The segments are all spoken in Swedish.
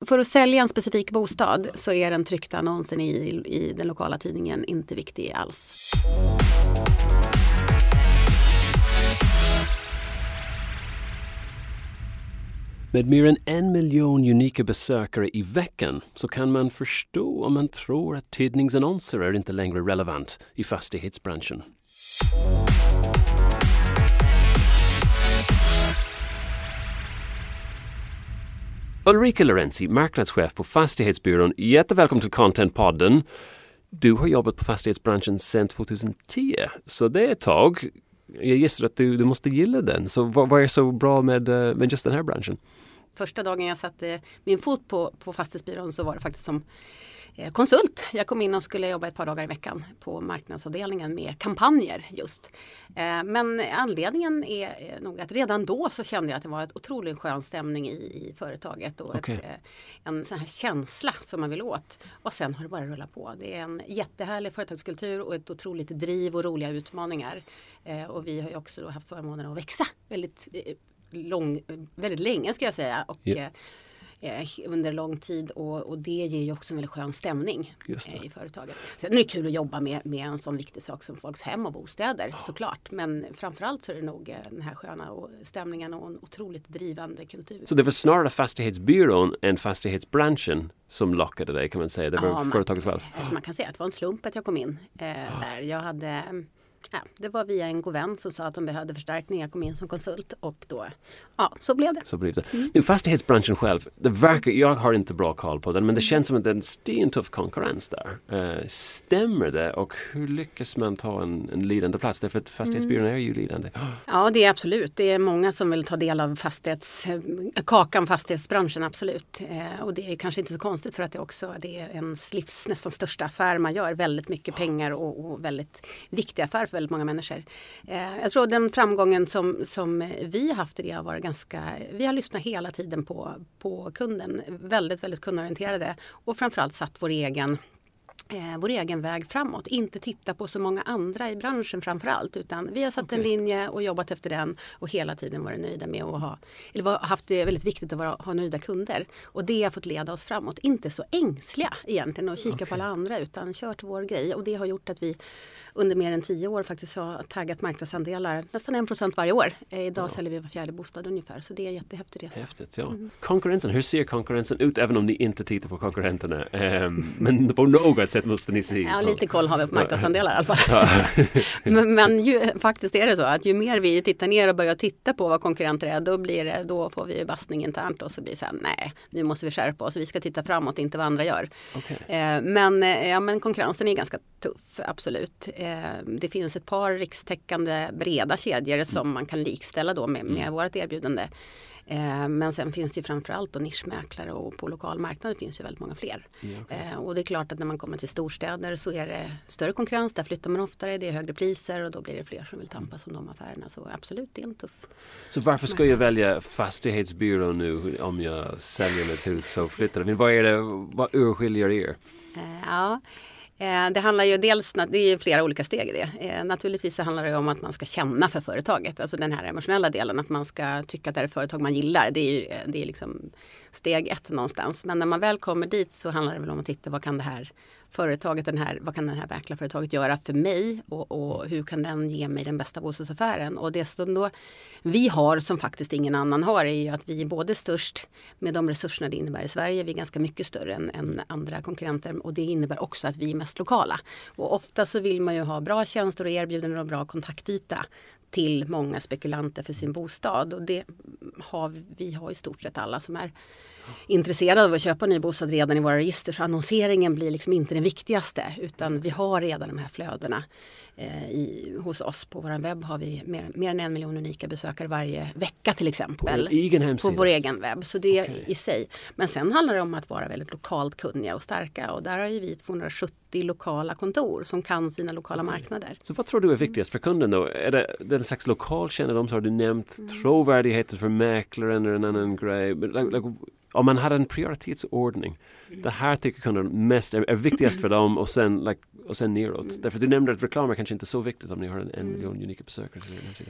för att sälja en specifik bostad så är den tryckta annonsen i den lokala tidningen inte viktig alls. Med mer än 1 miljon unika besökare i veckan så kan man förstå om man tror att tidningsannonser är inte längre relevant i fastighetsbranschen. Ulrika Lorenzi, marknadschef på Fastighetsbyrån. Jättevälkommen till Content-podden. Du har jobbat på fastighetsbranschen sedan 2010, så det är ett tag. Jag gissar att du måste gilla den. Så vad är så bra med just den här branschen? Första dagen jag satte min fot på Fastighetsbyrån så var det faktiskt som konsult. Jag kom in och skulle jobba ett par dagar i veckan på marknadsavdelningen med kampanjer just. Men anledningen är nog att redan då så kände jag att det var ett otroligt skön stämning i företaget och en sån här känsla som man vill åt. Och sen har det bara rullat på. Det är en jättehärlig företagskultur och ett otroligt driv och roliga utmaningar. Och vi har ju också då haft förmånen att växa väldigt länge ska jag säga. Och under lång tid och det ger ju också en väldigt skön stämning i företaget. Sen är det kul att jobba med en sån viktig sak som folks hem och bostäder såklart. Men framförallt så är det nog den här sköna stämningen och en otroligt drivande kultur. Så det var snarare fastighetsbyrån än fastighetsbranschen som lockade dig kan man säga? Det var företaget själv? Alltså man kan säga att det var en slump att jag kom in där. Jag hade... Ja, det var via en god vän som sa att de behövde förstärkning. Jag kom in som konsult och då, så blev det. Nu, fastighetsbranschen själv, jag har inte bra koll på den, men det känns som att det är en stentuff konkurrens där. Stämmer det och hur lyckas man ta en lidande plats? Därför att fastighetsbyrån är ju lidande. Ja, det är absolut. Det är många som vill ta del av fastighetsbranschen, absolut. Och det är kanske inte så konstigt för att det är ens livs nästan största affär man gör. Väldigt mycket pengar och väldigt viktiga affär för väldigt många människor. Jag tror den framgången som vi har haft i det har varit vi har lyssnat hela tiden på kunden. Väldigt, väldigt kundorienterade och framförallt satt vår egen väg framåt. Inte titta på så många andra i branschen framförallt utan vi har satt en linje och jobbat efter den och hela tiden varit nöjda med att haft det väldigt viktigt att ha nöjda kunder. Och det har fått leda oss framåt. Inte så ängsliga egentligen och kika på alla andra utan kört vår grej. Och det har gjort att vi under mer än 10 år faktiskt har taggat marknadsandelar nästan 1% varje år. Idag säljer vi var 4:e bostad ungefär. Så det är jättehäftigt resa. Häftigt, ja. Konkurrensen, hur ser konkurrensen ut även om ni inte tittar på konkurrenterna? Men på något sätt måste ni se. Ja, lite koll har vi på marknadsandelar i alla fall. men faktiskt är det så att ju mer vi tittar ner och börjar titta på vad konkurrenter är, då får vi bastning internt och så blir det så här, nej, nu måste vi skärpa oss. Vi ska titta framåt, inte vad andra gör. Men konkurrensen är ganska tuff, absolut. Det finns ett par rikstäckande breda kedjor som man kan likställa då med vårt erbjudande. Men sen finns det framförallt nischmäklare och på lokalmarknaden finns ju väldigt många fler. Och det är klart att när man kommer till storstäder så är det större konkurrens, där flyttar man oftare, det är högre priser och då blir det fler som vill tampas om de affärerna. Så absolut, det är en tuff. Så varför ska jag välja fastighetsbyrå nu om jag säljer ett hus och flyttar? Men vad urskiljer er? Det handlar ju det är flera olika steg i det. Naturligtvis så handlar det om att man ska känna för företaget. Alltså den här emotionella delen, att man ska tycka att det är ett företag man gillar. Det är liksom steg 1 någonstans. Men när man väl kommer dit så handlar det väl om att titta vad kan det här företaget, vad kan det här mäklarföretaget göra för mig och hur kan den ge mig den bästa bostadsaffären. Och det som då vi har som faktiskt ingen annan har är ju att vi är både störst med de resurserna det innebär i Sverige. Vi är ganska mycket större än andra konkurrenter och det innebär också att vi är mest lokala. Och ofta så vill man ju ha bra tjänster och erbjudanden och bra kontaktyta till många spekulanter för sin bostad. Och det vi har i stort sett alla som är intresserade av att köpa ny bostad redan i våra register, så annonseringen blir liksom inte den viktigaste utan vi har redan de här flödena hos oss. På vår webb har vi mer än 1 miljon unika besökare varje vecka till exempel. På vår egen webb. Så det i sig. Men sen handlar det om att vara väldigt lokalt kunniga och starka och där har ju vi 270 lokala kontor som kan sina lokala marknader. Så vad tror du är viktigast för kunden då? Är det en slags lokalkännedom så har du nämnt trovärdigheten för mäklaren eller en annan grej? Om man hade en prioritetsordning, det här tycker kunden mest är viktigast för dem och sen neråt. Därför du nämnde att reklam är kanske inte så viktigt om ni har en miljon unika besökare.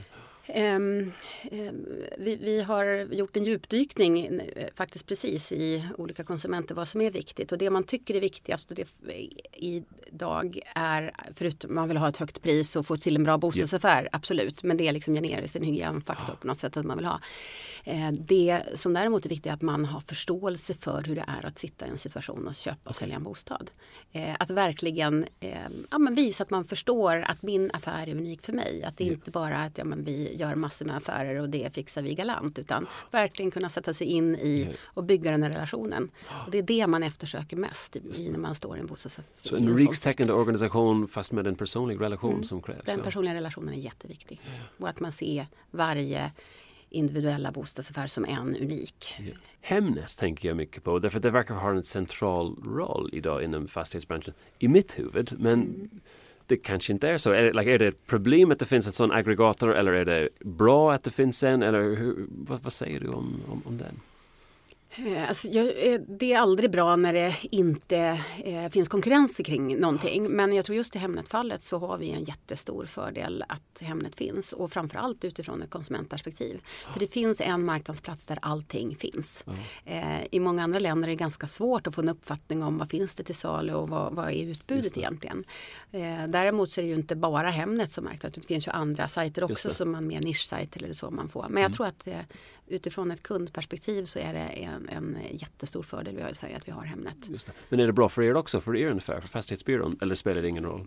Vi har gjort en djupdykning faktiskt precis i olika konsumenter vad som är viktigt. Och det man tycker är viktigast idag är, förutom man vill ha ett högt pris och få till en bra bostadsaffär, absolut. Men det är liksom generiskt en hygienfaktor på något sätt att man vill ha. Det som däremot är viktigt är att man har förståelse för hur det är att sitta i en situation och köpa och sälja en bostad. Att verkligen visa att man förstår att min affär är unik för mig. Att det inte bara är att vi gör massor med affärer och det fixar vi galant, utan verkligen kunna sätta sig in i och bygga den här relationen. Och det är det man eftersöker mest när man står i en bostadsaffär. Så en rikstäckande organisation fast med en personlig relation som krävs. Den personliga relationen är jätteviktig. Och att man ser varje individuella bostadsaffär som en unik. Ja. Hemnet tänker jag mycket på, därför att det verkar ha en central roll idag inom fastighetsbranschen i mitt huvud, men det kanske inte är så. Är det ett problem att det finns en sån aggregator, eller är det bra att det finns en, eller vad säger du om den? Alltså, det är aldrig bra när det inte finns konkurrens kring någonting. Men jag tror just i Hemnet-fallet så har vi en jättestor fördel att Hemnet finns. Och framförallt utifrån ett konsumentperspektiv. För det finns en marknadsplats där allting finns. I många andra länder är det ganska svårt att få en uppfattning om vad finns det till salu och vad är utbudet egentligen. Däremot så är det ju inte bara Hemnet som marknad. Det finns ju andra sajter också som man mer nischsajter eller så man får. Men jag tror att utifrån ett kundperspektiv så är det en jättestor fördel vi har i Sverige att vi har Hemnet. Just det. Men är det bra för er också, för er affär, för fastighetsbyrån, eller spelar det ingen roll?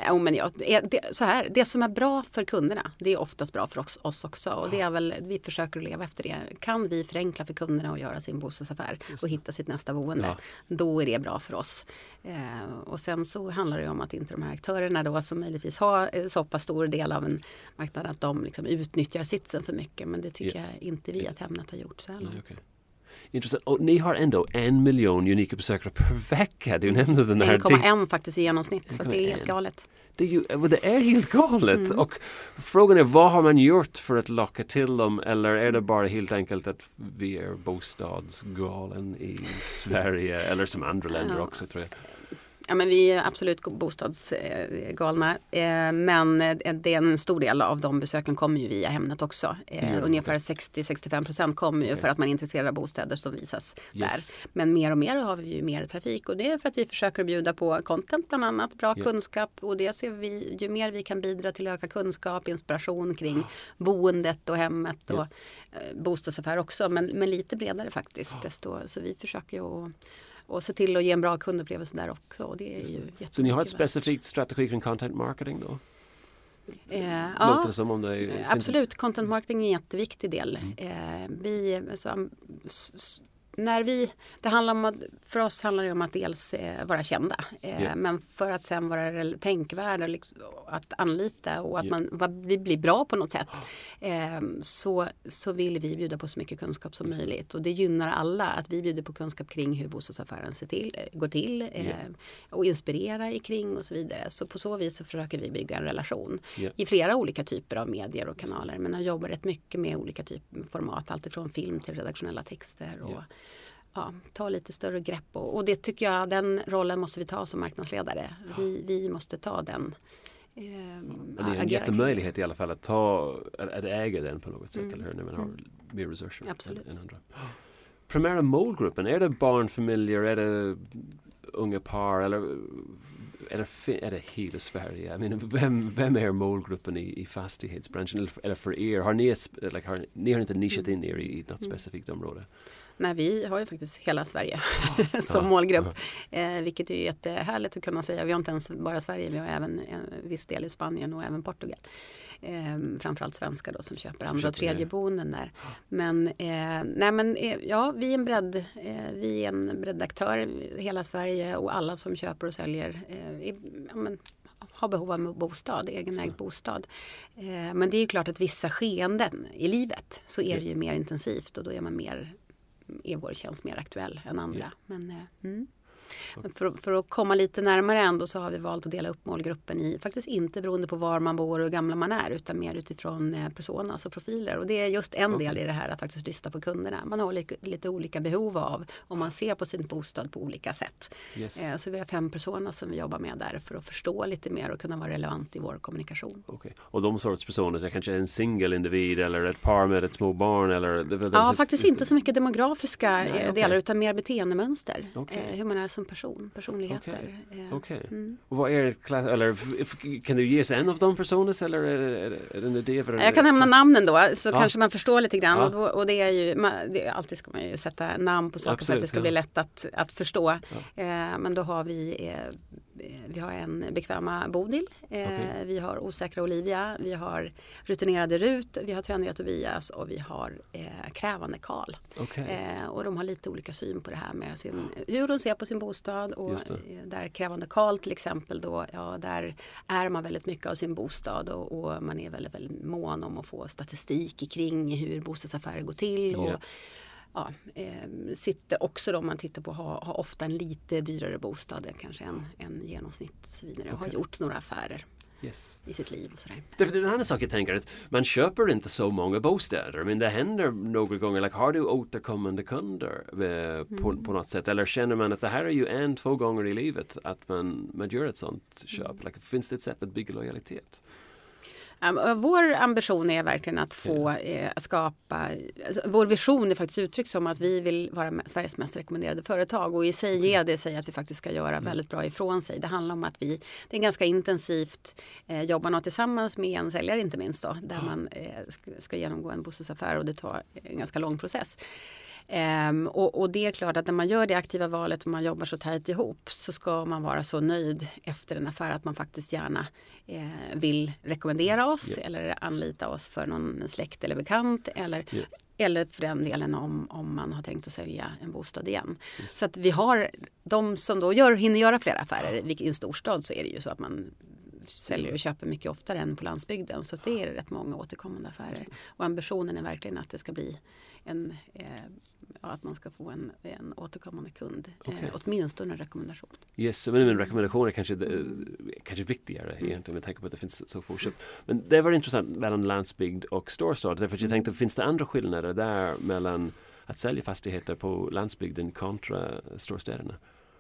Det som är bra för kunderna, det är oftast bra för oss också. Och det är väl, vi försöker leva efter det. Kan vi förenkla för kunderna att göra sin bostadsaffär och hitta sitt nästa boende, då är det bra för oss. Och sen så handlar det om att inte de här aktörerna då som möjligtvis har så pass stor del av en marknad att de liksom utnyttjar sitsen för mycket. Men det tycker jag inte vi att Hemnet har gjort så här långt. Intressant. Och ni har ändå 1 miljon unika besökare per vecka. Du nämnde den här. 1,1 faktiskt i genomsnitt. Så det är helt galet. Det är helt galet. Och frågan är, vad har man gjort för att locka till dem? Eller är det bara helt enkelt att vi är bostadsgalen i Sverige eller som andra länder också, tror jag? Ja, men vi är absolut bostadsgalna, men det är en stor del av de besöken kommer ju via Hemnet också. Ungefär 60-65% kommer ju för att man är intresserad av bostäder som visas där. Men mer och mer har vi ju mer trafik, och det är för att vi försöker bjuda på content bland annat, bra kunskap, och det ser vi, ju mer vi kan bidra till att öka kunskap, inspiration kring boendet och hemmet och bostadsaffär också, men lite bredare faktiskt. Så vi försöker ju och se till att ge en bra kundupplevelse där också. Och det är ju så ni har ett specifikt strategi kring content marketing då? Ja, det som om det absolut. Content marketing är en jätteviktig del. Det handlar om att, för oss handlar det om att dels vara kända, men för att sen vara tänkvärda, liksom, att anlita och att vi blir bra på något sätt, så vill vi bjuda på så mycket kunskap som möjligt, och det gynnar alla att vi bjuder på kunskap kring hur bostadsaffären går till och inspirera kring och så vidare. Så på så vis så försöker vi bygga en relation i flera olika typer av medier och kanaler, men jag jobbar rätt mycket med olika typer format, allt ifrån film till redaktionella texter och ta lite större grepp. Och det tycker jag, den rollen måste vi ta som marknadsledare. Vi måste ta den. Det är en jättemöjlighet i alla fall att äga den på något sätt, eller hur, när man har mer resurser än andra. Primära målgruppen, är det barnfamiljer, är det unga par, eller är det hela Sverige? Jag menar, vem är målgruppen i fastighetsbranschen, eller för er? Ni har inte nischat in er i något specifikt område? Nej, vi har ju faktiskt hela Sverige som målgrupp, vilket är ju jättehärligt att kunna säga. Vi har inte ens bara Sverige, vi har även en viss del i Spanien och även Portugal. Framförallt svenskar då som köper andra och tredje boenden där. Men vi är en breddaktör i hela Sverige, och alla som köper och säljer har behov av bostad, egenägd bostad. Men det är ju klart att vissa skeenden i livet så är det ju mer intensivt, och då är man mer, är vår tjänst mer aktuell än andra. Men, För att komma lite närmare ändå så har vi valt att dela upp målgruppen i, faktiskt inte beroende på var man bor och hur gamla man är, utan mer utifrån personas och profiler. Och det är just en del i det här, att faktiskt lyssna på kunderna. Man har lite olika behov av, om man ser på sin bostad på olika sätt. Yes. Så vi har 5 personer som vi jobbar med där för att förstå lite mer och kunna vara relevant i vår kommunikation. Okay. Och de sorts personer, så kanske en single individ eller ett par med ett små barn? Eller, ja, faktiskt inte så mycket demografiska delar, utan mer beteendemönster. Hur man är som person, personligheter. Okej. Och vad är eller kan du ge en av de personerna eller är det en idé? Jag kan nämna namnen då, så kanske man förstår lite grann. Och det är ju, alltid ska man ju sätta namn på saker. Absolut, för att det ska bli lätt att förstå. Men då har vi har en bekväma Bodil, vi har osäkra Olivia, vi har rutinerade Rut, vi har trendiga Tobias och vi har krävande Karl. Och de har lite olika syn på det här med hur de ser på sin bostad. Och där krävande Karl till exempel då, där är man väldigt mycket av sin bostad och man är väldigt, väldigt mån om att få statistik kring hur bostadsaffärer går till. Och sitter också då, om man tittar på har ofta en lite dyrare bostad än kanske en genomsnitt och så vidare, och har gjort några affärer i sitt liv och sådär. Därför det är en annan sak jag tänker, att man köper inte så många bostäder, men det händer några gånger, har du återkommande kunder på något sätt, eller känner man att det här är ju 1-2 gånger i livet att man gör ett sånt köp? Finns det ett sätt att bygga lojalitet? Vår ambition är verkligen att få skapa, alltså, vår vision är faktiskt uttryckt som att vi vill vara Sveriges mest rekommenderade företag, och i sig ger det sig att vi faktiskt ska göra väldigt bra ifrån sig. Det handlar om att det är ganska intensivt jobbar tillsammans med en säljare inte minst då, där man ska genomgå en bostadsaffär, och det tar en ganska lång process. Och det är klart att när man gör det aktiva valet och man jobbar så tajt ihop, så ska man vara så nöjd efter en affär att man faktiskt gärna vill rekommendera oss eller anlita oss för någon släkt eller bekant eller för den delen om man har tänkt att sälja en bostad igen. Så att vi har de som då hinner göra flera affärer. I en storstad så är det ju så att man säljer och köper mycket oftare än på landsbygden, så det är rätt många återkommande affärer. Och ambitionen är verkligen att det ska bli att man ska få en återkommande kund, åtminstone en rekommendation. Yes, men en rekommendation är kanske viktigare egentligen, med tanke på att det finns så få köp. Men det var intressant mellan landsbygd och storstad, därför att jag tänkte, finns det andra skillnader där mellan att sälja fastigheter på landsbygden kontra storstäderna?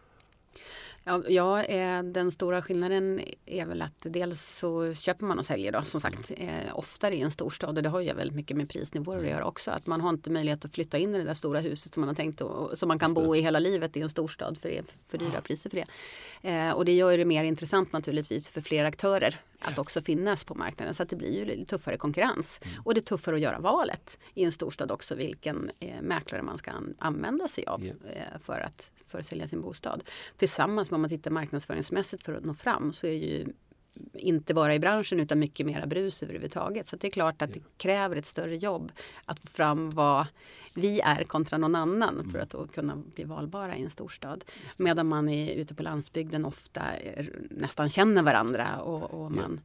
Ja, den stora skillnaden är väl att dels så köper man och säljer då, som sagt, oftare i en storstad, och det har ju väldigt mycket med prisnivåer att göra också. Att man har inte möjlighet att flytta in i det där stora huset som man har tänkt som man kan bo i hela livet i en storstad, för det är för dyra priser för det. Och det gör det mer intressant naturligtvis för fler aktörer att också finnas på marknaden, så att det blir ju lite tuffare konkurrens. Och det är tuffare att göra valet i en storstad också, vilken mäklare man ska använda sig av för att sälja sin bostad. Tillsammans med, om man tittar marknadsföringsmässigt för att nå fram, så är det ju inte bara i branschen utan mycket mera brus överhuvudtaget. Så det är klart att det kräver ett större jobb att få fram vad vi är kontra någon annan för att då kunna bli valbara i en storstad. Medan man är ute på landsbygden ofta nästan känner varandra och man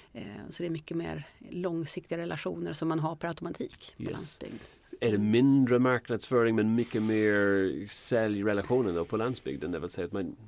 så det är mycket mer långsiktiga relationer som man har per automatik på landsbygd. Är det mindre marknadsföring men mycket mer säljrelationer då på landsbygden? Det vill säga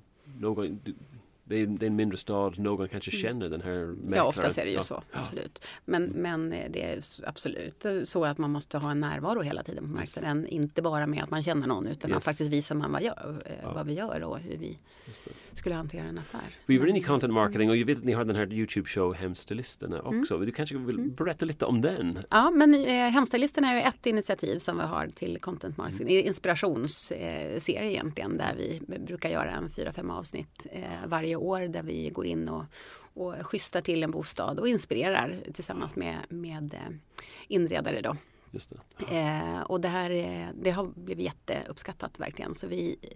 att det är en mindre stad, någon kanske känner den här mäklaren. Ja, oftast är det ju så, absolut. Men det är absolut så att man måste ha en närvaro hela tiden på marknaden. Inte bara med att man känner någon, utan att faktiskt visa vad vi gör och hur vi skulle hantera en affär. Vi var inne i content marketing och jag vet att ni har den här YouTube-show Hemstylisterna också. Du kanske vill berätta lite om den? Ja, men Hemstylisterna är ju ett initiativ som vi har till content marketing. Inspirationsserie egentligen, där vi brukar göra 4-5 avsnitt varje år där vi går in och schystar till en bostad och inspirerar tillsammans med inredare då. Just det. Och det har blivit jätteuppskattat verkligen. Så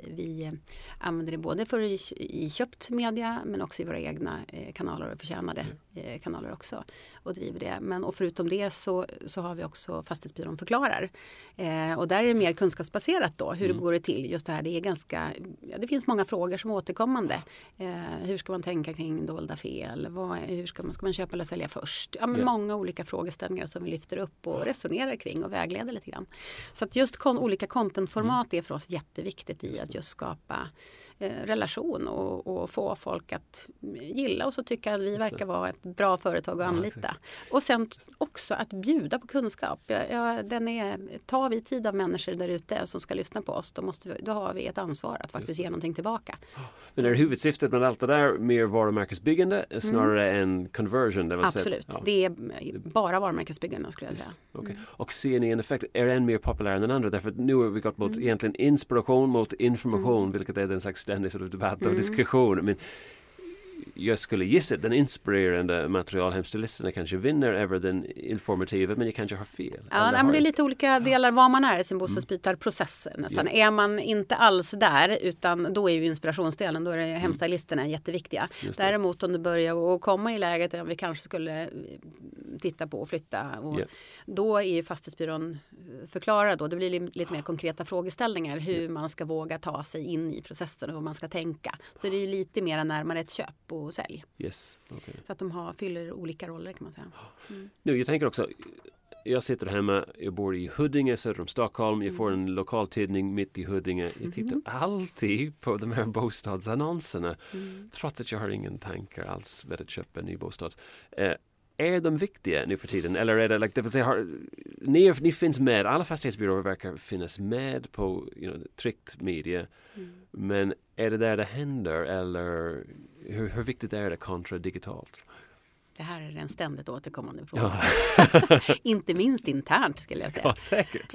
vi använder det både för i köpt media men också i våra egna kanaler och förtjänade kanaler också och driver det. Och förutom det så har vi också Fastighetsbyrån förklarar. Och där är det mer kunskapsbaserat då. Hur det går det till? Just det här, det är det finns många frågor som är återkommande. Hur ska man tänka kring dolda fel? Hur ska man köpa eller sälja först? Ja, men många olika frågeställningar som vi lyfter upp och resonerar kring. omkring och vägleder lite grann. Så att just olika contentformat är för oss jätteviktigt i att just skapa relation och få folk att gilla och så tycka att vi verkar vara ett bra företag att anlita. Och sen också att bjuda på kunskap. Tar vi tid av människor där ute som ska lyssna på oss, då har vi ett ansvar att faktiskt ge någonting tillbaka. Men är huvudsyftet med allt det där mer varumärkesbyggande snarare än conversion? Det Absolut, det är bara varumärkesbyggande skulle jag säga. Okay. Och ser ni en effekt, är en mer populär än den andra? Därför att nu har vi gått mot egentligen inspiration mot information, vilket är en slags ständig sort of debatt och diskussion. Men jag skulle gissa att den inspirerande materialhemstilisterna kanske vinner över den informativa, men jag kanske har fel. Ja, men det är lite olika delar var man är i sin bostadsbytarprocess nästan. Ja. Är man inte alls där, utan då är ju inspirationsdelen, då är det hemstylisterna jätteviktiga. Däremot om du börjar att komma i läget att vi kanske skulle titta på och flytta, och då är ju fastighetsbyrån förklara då. Det blir lite mer konkreta frågeställningar hur man ska våga ta sig in i processen och hur man ska tänka. Så det är ju lite mer närmare ett köp och sälj. Yes. Okay. Så att de fyller olika roller kan man säga. Nu, jag tänker också, jag sitter hemma, jag bor i Huddinge söder om Stockholm, jag får en lokaltidning mitt i Huddinge. Jag tittar alltid på de här bostadsannonserna trots att jag har ingen tankar alls vid att köpa en ny bostad. Är de viktiga nu för tiden? Eller är det, det vill säga, ni finns med, alla fastighetsbyråer verkar finnas med på tryckt media. Men är det där det händer eller hur viktigt är det kontra digitalt? Det här är en ständigt återkommande fråga. Inte minst internt skulle jag säga. Ja, säkert.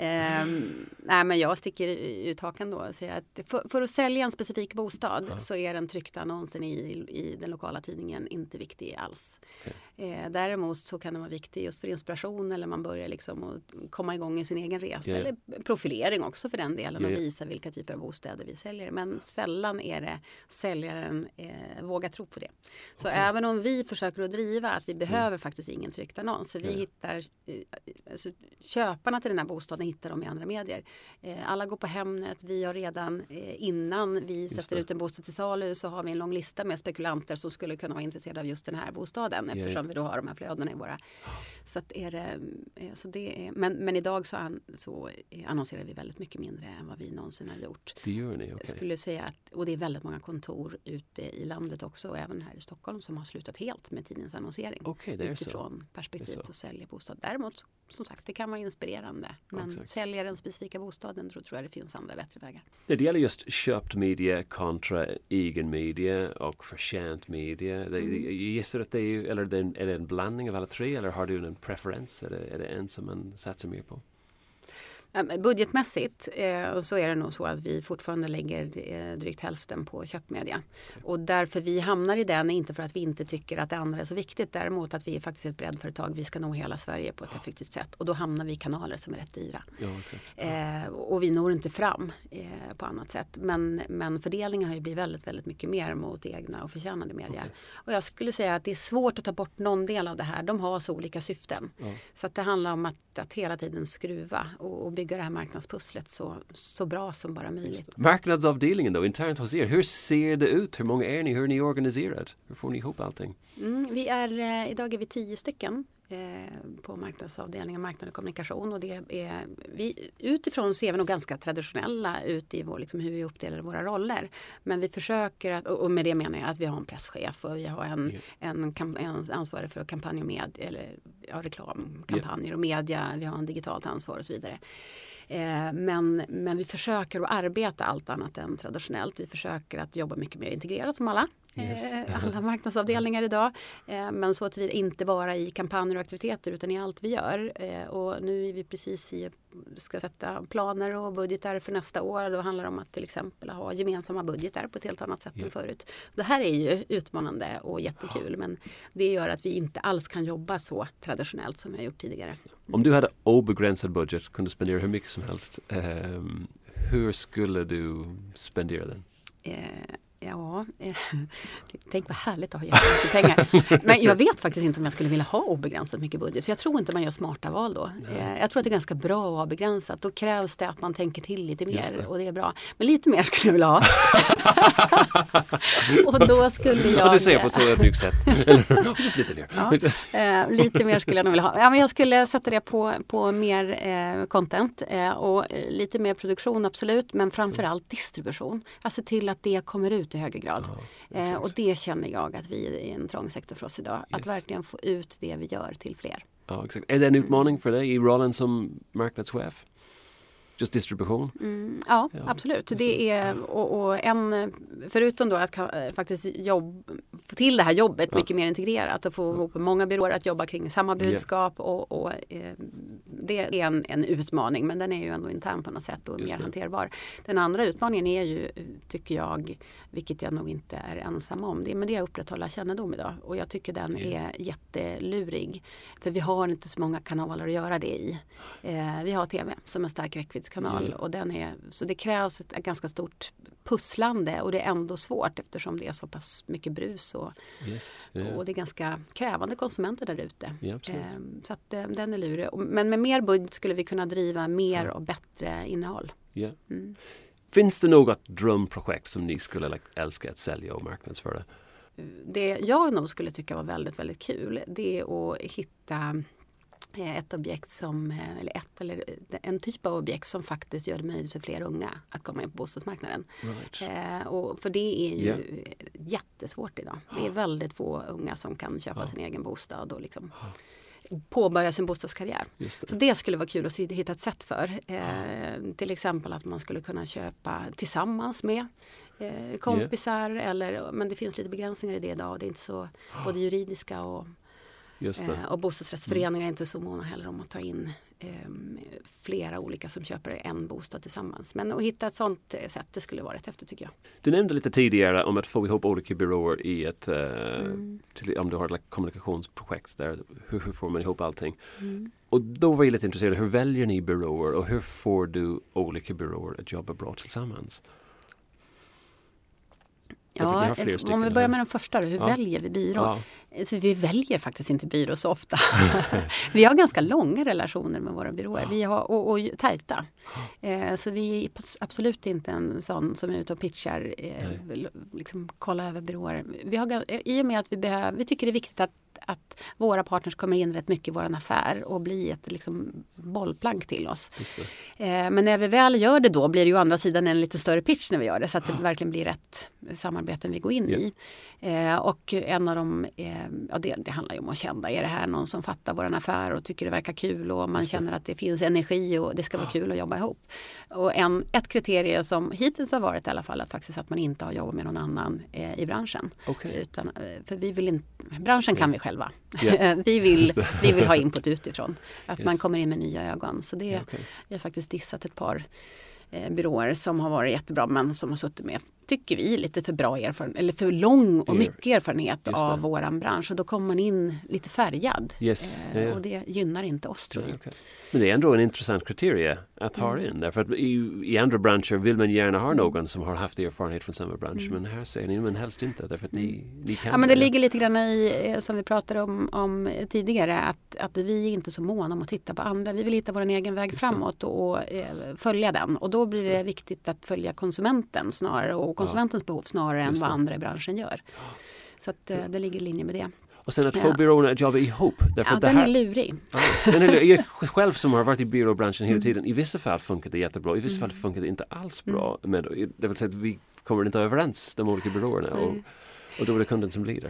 Men jag sticker ut hakan då och säger att för att sälja en specifik bostad så är den tryckta annonsen i den lokala tidningen inte viktig alls. Okay. Däremot så kan den vara viktig just för inspiration eller man börjar liksom att komma igång i sin egen resa. Eller profilering också för den delen och visa vilka typer av bostäder vi säljer. Men sällan är det säljaren vågar tro på det. Så även om vi försöker att driva att vi behöver faktiskt ingen tryckt annons. Så vi hittar, alltså, köparna till den här bostaden hittar de i andra medier. Alla går på Hemnet. Vi har redan innan vi sätter ut en bostad till salu så har vi en lång lista med spekulanter som skulle kunna vara intresserade av just den här bostaden eftersom vi då har de här flödena i våra. Så att men idag så annonserar vi väldigt mycket mindre än vad vi någonsin har gjort. Det gör ni, okay. Jag skulle säga att, och det är väldigt många kontor ute i landet också och även här i Stockholm som har slutat helt med tidningsannonsering. Okay, det är utifrån perspektivet att sälja bostad. Däremot, som sagt, det kan vara inspirerande. Men sälja den specifika bostaden tror jag det finns andra bättre vägar. Det gäller just köpt media kontra egen media och förtjänt media. Jag gissar att det är, eller är det en blandning av alla tre eller har du en preferens? Är det en som man satsar mer på? Budgetmässigt så är det nog så att vi fortfarande lägger drygt hälften på köpmedia. Och därför vi hamnar i den, inte för att vi inte tycker att det andra är så viktigt. Däremot att vi är faktiskt ett breddföretag. Vi ska nå hela Sverige på ett effektivt sätt. Och då hamnar vi i kanaler som är rätt dyra. Ja, exakt. Och vi når inte fram på annat sätt. Men fördelningen har ju blivit väldigt, väldigt mycket mer mot egna och förtjänande medier. Okay. Och jag skulle säga att det är svårt att ta bort någon del av det här. De har så olika syften. Ja. Så att det handlar om att hela tiden skruva och bygga det här marknadspusslet så bra som bara möjligt. Marknadsavdelningen då, internt hos er, hur ser det ut? Hur många är ni? Hur är ni organiserade? Hur får ni ihop allting? Idag är vi 10 stycken på marknadsavdelningen marknad och kommunikation och det är vi utifrån ser vi nog ganska traditionella ut i vår, liksom, hur vi uppdelar våra roller. Men vi försöker och med det menar jag att vi har en presschef och vi har en ansvarig för kampanj och reklamkampanjer och media, vi har en digitalt ansvar och så vidare. Men vi försöker att arbeta allt annat än traditionellt. Vi försöker att jobba mycket mer integrerat som alla marknadsavdelningar idag. Men så att vi inte bara i kampanjer och aktiviteter utan i allt vi gör. Och nu är vi precis ska sätta planer och budgetar för nästa år. Då handlar det om att till exempel ha gemensamma budgetar på ett helt annat sätt än förut. Det här är ju utmanande och jättekul. Men det gör att vi inte alls kan jobba så traditionellt som vi har gjort tidigare. Om du hade obegränsad budget, kunde spendera hur mycket som helst. Hur skulle du spendera den? Ja, tänk vad härligt att ha jättemycket pengar. Men jag vet faktiskt inte om jag skulle vilja ha obegränsat mycket budget. För jag tror inte man gör smarta val då. Jag tror att det är ganska bra att ha begränsat. Då krävs det att man tänker till lite mer och det är bra. Men lite mer skulle jag vilja ha. Och då skulle jag... Och du säger på ett så ödmjukt sätt. Just lite mer. Ja, lite mer skulle jag nog vilja ha. Ja, men jag skulle sätta det på mer content och lite mer produktion, absolut. Men framförallt distribution. Alltså till att det kommer ut i högre grad. Och det känner jag att vi är en trång sektor för oss idag. Yes. Att verkligen få ut det vi gör till fler. Ja, exakt. Är det en utmaning för dig i rollen som marknadschef? Just distribution? Ja, absolut. Det är, och förutom då att faktiskt få till det här jobbet mycket mer integrerat och få ihop många byråer att jobba kring samma budskap och det är en utmaning, men den är ju ändå intern på något sätt och mer hanterbar. Den andra utmaningen är ju, tycker jag, vilket jag nog inte är ensam om, det är att upprätthålla kännedom idag, och jag tycker den är jättelurig, för vi har inte så många kanaler att göra det i. Vi har TV som en stark räckviddskanal och så det krävs ett ganska stort pusslande, och det är ändå svårt eftersom det är så pass mycket brus och det är ganska krävande konsumenter där ute. Så att den är lurig. Men med mer budget skulle vi kunna driva mer och bättre innehåll. Finns det något drömprojekt som ni skulle älska att sälja och marknadsföra? Det jag nog skulle tycka var väldigt, väldigt kul, det är att hitta ett objekt eller en typ av objekt som faktiskt gör det möjligt för fler unga att komma in på bostadsmarknaden. Och för det är ju jättesvårt idag. Det är väldigt få unga som kan köpa sin egen bostad och liksom påbörja sin bostadskarriär. Så det skulle vara kul att hitta ett sätt för. Till exempel att man skulle kunna köpa tillsammans med kompisar, men det finns lite begränsningar i det idag. Det är inte så både juridiska och bostadsrättsföreningar är inte så måna heller om att ta in flera olika som köper en bostad tillsammans. Men att hitta ett sånt sätt, det skulle vara rätt häftigt, tycker jag. Du nämnde lite tidigare om att få ihop olika byråer i ett om du har ett kommunikationsprojekt där, hur får man ihop allting? Och då var jag lite intresserad, hur väljer ni byråer och hur får du olika byråer att jobba bra tillsammans? Ja, om vi börjar med den första då, hur väljer vi byrå? Så vi väljer faktiskt inte byrå så ofta. Vi har ganska långa relationer med våra byråer. Vi har, och tajta. Så vi är absolut inte en sån som är ute och pitchar, liksom kolla över byråer. I och med att vi tycker det är viktigt att våra partners kommer in rätt mycket i vår affär och blir ett liksom bollplank till oss. Men när vi väl gör det, då blir det ju å andra sidan en lite större pitch när vi gör det, så att det verkligen blir rätt samarbeten vi går in i. Och en av dem, det handlar ju om att känna, är det här någon som fattar vår affär och tycker det verkar kul och man känner att det finns energi och det ska vara kul att jobba ihop. Och ett kriterium som hittills har varit i alla fall att man inte har jobbat med någon annan i branschen. Utan, för vi vill inte, branschen kan vi själva. Vi vill ha input utifrån. Att man kommer in med nya ögon. Så vi har faktiskt dissat ett par byråer som har varit jättebra, men som har suttit med, tycker vi, lite för bra erfarenhet eller för lång och mycket erfarenhet av våran bransch, och då kommer man in lite färgad och det gynnar inte oss, tror jag. Men det är ändå en intressant kriterie att ha in, därför att i andra branscher vill man gärna ha någon som har haft erfarenhet från samma bransch, men här säger ni men helst inte, därför att ni kan. Ja, men det ligger lite grann i, som vi pratade om tidigare, att vi är inte så måna om att titta på andra. Vi vill hitta vår egen väg framåt och följa den, och då blir det viktigt att följa konsumenten snarare, och konsumentens behov snarare än vad andra i branschen gör. Så att det ligger i linje med det. Och sen att få byråerna att jobba ihop. Den är lurig. Jag själv som har varit i byråbranschen hela tiden, i vissa fall funkar det jättebra, i vissa fall funkar det inte alls bra. Men det vill säga att vi kommer inte överens, de olika byråerna. Och då är det kunden som blir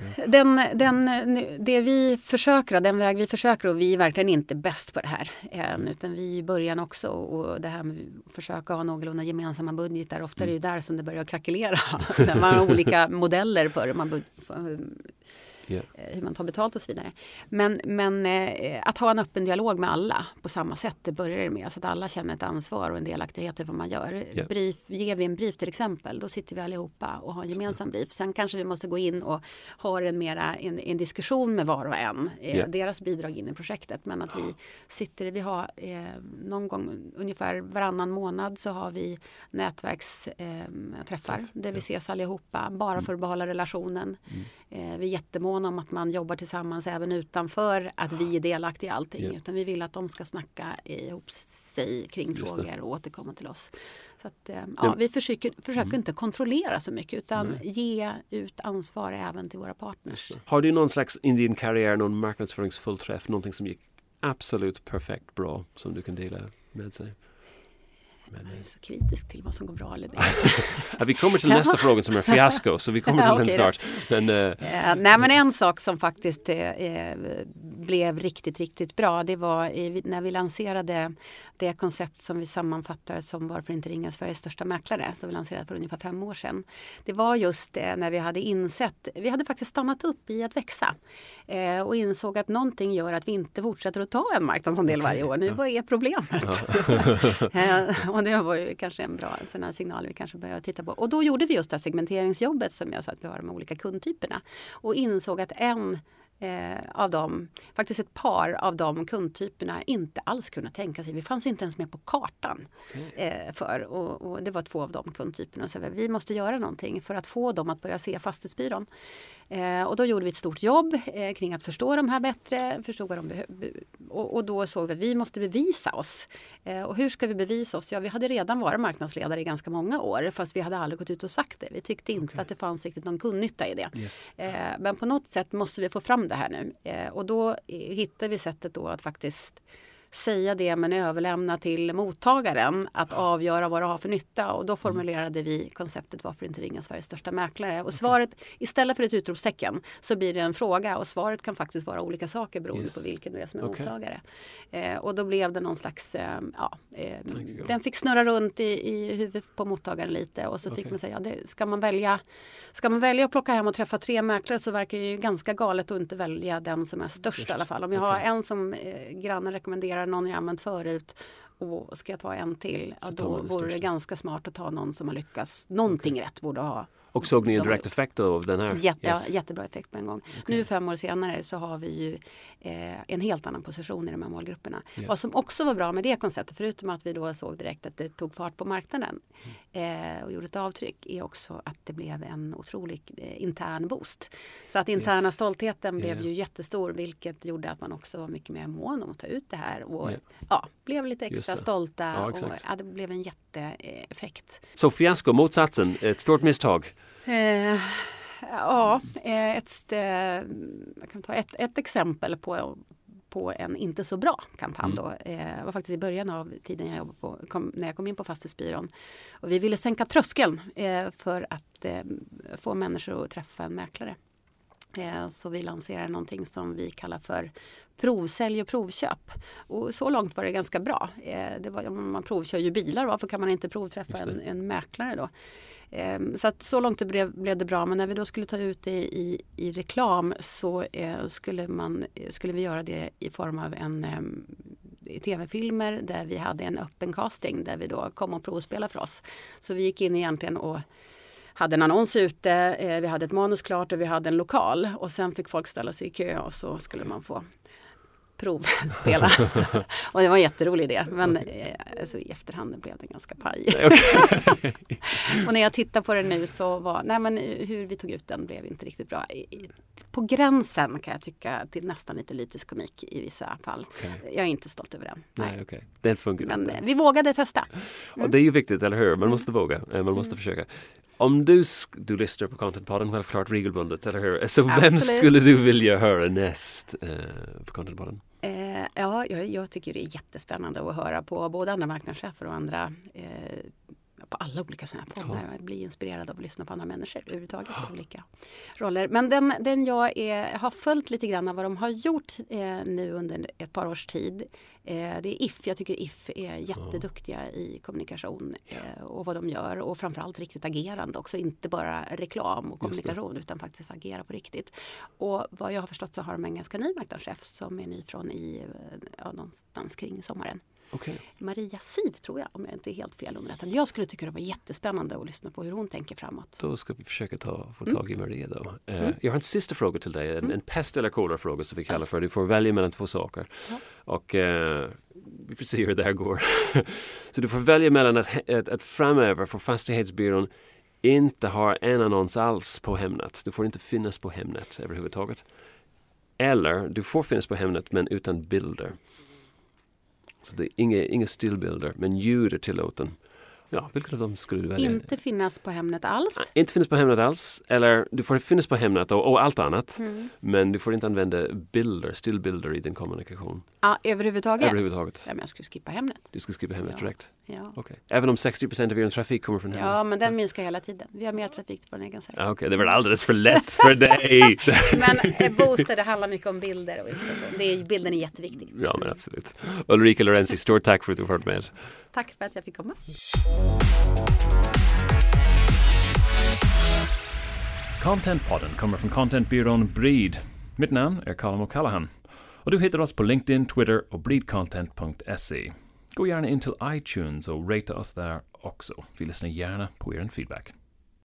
där. Den väg vi försöker, och vi är verkligen inte bäst på det här än, utan vi är i början också, och det här med att försöka ha någorlunda gemensamma budgetar, ofta är det ju där som det börjar krackelera. När man har olika modeller för hur man hur man tar betalt och så vidare. Men att ha en öppen dialog med alla på samma sätt, det börjar det med. Så att alla känner ett ansvar och en delaktighet i vad man gör. Ger vi en brief till exempel, då sitter vi allihopa och har en gemensam brief. Sen kanske vi måste gå in och ha en diskussion med var och en. Deras bidrag in i projektet. Men att vi har någon gång ungefär varannan månad så har vi nätverksträffar där vi ses allihopa bara för att behålla relationen. Vi är jättemåna om att man jobbar tillsammans även utanför att vi är delaktiga i allting. Utan vi vill att de ska snacka ihop sig kring frågor och återkomma till oss. Så att, vi försöker inte kontrollera så mycket utan ge ut ansvar även till våra partners. Har du någon slags i din karriär, någon marknadsföringsfullträff, någonting som gick absolut perfekt bra som du kan dela med sig? Jag är så kritisk till vad som går bra eller det. Vi kommer till nästa fråga som är fiasko, så vi kommer till den snart. Men en sak som faktiskt blev riktigt, riktigt bra, det var när vi lanserade det koncept som vi sammanfattar som Varför inte ringa Sveriges största mäklare, som vi lanserade för ungefär 5 år sedan. Det var just det när vi hade insett, vi hade faktiskt stannat upp i att växa och insåg att någonting gör att vi inte fortsätter att ta en marknadsandel varje år. Nu, vad är problemet? Och det var ju kanske en bra sån här signal vi kanske började titta på. Och då gjorde vi just det här segmenteringsjobbet som jag sa att vi har med olika kundtyperna. Och insåg att av dem, faktiskt ett par av de kundtyperna inte alls kunde tänka sig. Vi fanns inte ens med på kartan och det var 2 av de kundtyperna. Så vi måste göra någonting för att få dem att börja se Fastighetsbyrån. Och då gjorde vi ett stort jobb kring att förstå de här bättre, förstå vad de och då såg vi att vi måste bevisa oss. Och hur ska vi bevisa oss? Ja, vi hade redan varit marknadsledare i ganska många år, fast vi hade aldrig gått ut och sagt det. Vi tyckte inte att det fanns riktigt någon kundnytta i det. Yes. Men på något sätt måste vi få fram det här nu. Och då hittade vi sättet då att faktiskt säga det men överlämna till mottagaren att avgöra vad det har för nytta. Och då formulerade vi konceptet Varför inte ringa Sveriges största mäklare. Och svaret, istället för ett utropstecken, så blir det en fråga. Och svaret kan faktiskt vara olika saker beroende på vilken du är som är mottagare. Och då blev det någon slags, den fick snurra runt i huvudet på mottagaren lite. Och så fick man säga, ska man välja att plocka hem och träffa 3 mäklare så verkar det ju ganska galet att inte välja den som är störst i alla fall. Om jag har en som grannen rekommenderar, någon jag använt förut och ska jag ta en till, då vore det ganska smart att ta någon som har lyckats. Någonting rätt borde ha. Och såg ni en direct effect av den här? Jättebra effekt på en gång. Nu 5 år senare så har vi ju en helt annan position i de här målgrupperna. Vad som också var bra med det konceptet, förutom att vi då såg direkt att det tog fart på marknaden och gjorde ett avtryck, är också att det blev en otrolig intern boost. Så att interna stoltheten blev ju jättestor, vilket gjorde att man också var mycket mer mån om att ta ut det här och blev lite extra stolta och det blev en jätteeffekt. Så fiasko, motsatsen, ett stort misstag? Jag kan ta ett exempel på en inte så bra kampanj då. Det var faktiskt i början av tiden jag jobbade när jag kom in på Fastighetsbyrån. Och vi ville sänka tröskeln för att få människor att träffa en mäklare. Så vi lanserade någonting som vi kallar för provsälj och provköp. Och så långt var det ganska bra. Man provkör ju bilar, varför kan man inte provträffa en mäklare då? Så att så långt blev det bra, men när vi då skulle ta ut det i reklam så skulle vi göra det i form av tv-filmer där vi hade en öppen casting där vi då kom och provspela för oss. Så vi gick in egentligen och hade en annons ute, vi hade ett manus klart och vi hade en lokal och sen fick folk ställa sig i kö och så skulle man få provspela. Och det var en jätterolig idé, men alltså, i efterhand blev det ganska paj. Och när jag tittar på det nu så hur vi tog ut den blev inte riktigt bra. På gränsen kan jag tycka till nästan lite lytisk komik i vissa fall. Jag är inte stolt över den. Nej. Den fungerar men inte. Vi vågade testa. Och det är ju viktigt, eller hur? Man måste våga, man måste försöka. Om du lyssnar på Contentpodden självklart regelbundet, eller hur? Så vem skulle du vilja höra näst på Contentpodden? Jag tycker det är jättespännande att höra på både andra marknadschefer och andra på alla olika sådana här poddar. Jag blir inspirerad av att lyssna på andra människor överhuvudtaget i olika roller. Men den jag har följt lite grann av vad de har gjort nu under ett par års tid. Det är If. Jag tycker If är jätteduktiga i kommunikation och vad de gör. Och framförallt riktigt agerande också. Inte bara reklam och kommunikation utan faktiskt agera på riktigt. Och vad jag har förstått så har de en ganska ny marknadschef som är ny från någonstans kring sommaren. Okay. Maria Siv tror jag, om jag inte är helt fel underrättad. Jag skulle tycka det var jättespännande att lyssna på hur hon tänker framåt. Då ska vi försöka få tag i Maria då. Jag har en sista fråga till dig. En pest eller kolera-fråga som vi kallar för. Du får välja mellan 2 saker. Och vi får se hur det här går. Så du får välja mellan att framöver för Fastighetsbyrån inte ha en annons alls på Hemnet. Du får inte finnas på Hemnet överhuvudtaget. Eller du får finnas på Hemnet men utan bilder. Så det är inga stillbilder, men ljud är tillåten. Ja, vilka av dem skulle du välja? Inte finnas på Hemnet alls. Inte finnas på Hemnet alls. Eller du får finnas på Hemnet och allt annat. Men du får inte använda stillbilder i din kommunikation. Ja, överhuvudtaget? Överhuvudtaget. Ja, men jag skulle skippa Hemnet. Du ska skippa Hemnet direkt? Ja. Okay. Även om 60% av er trafik kommer från Hemnet? Ja, men den minskar hela tiden. Vi har mer trafik på den egen sajt. Okej, det var alldeles för lätt för dig. Men Booster, det handlar mycket om bilder och inspiration. Bilden är jätteviktig. Ja, men absolut. Ulrika Lorenzi, stort tack för att du har varit med. Tack för att jag fick komma. Contentpodden kommer från Contentbyrån Breed. Mitt namn är Colin O'Callaghan. Och du hittar oss på LinkedIn, Twitter och breedcontent.se. Gå gärna in till iTunes och rata oss där också. Vi lyssnar gärna på er feedback.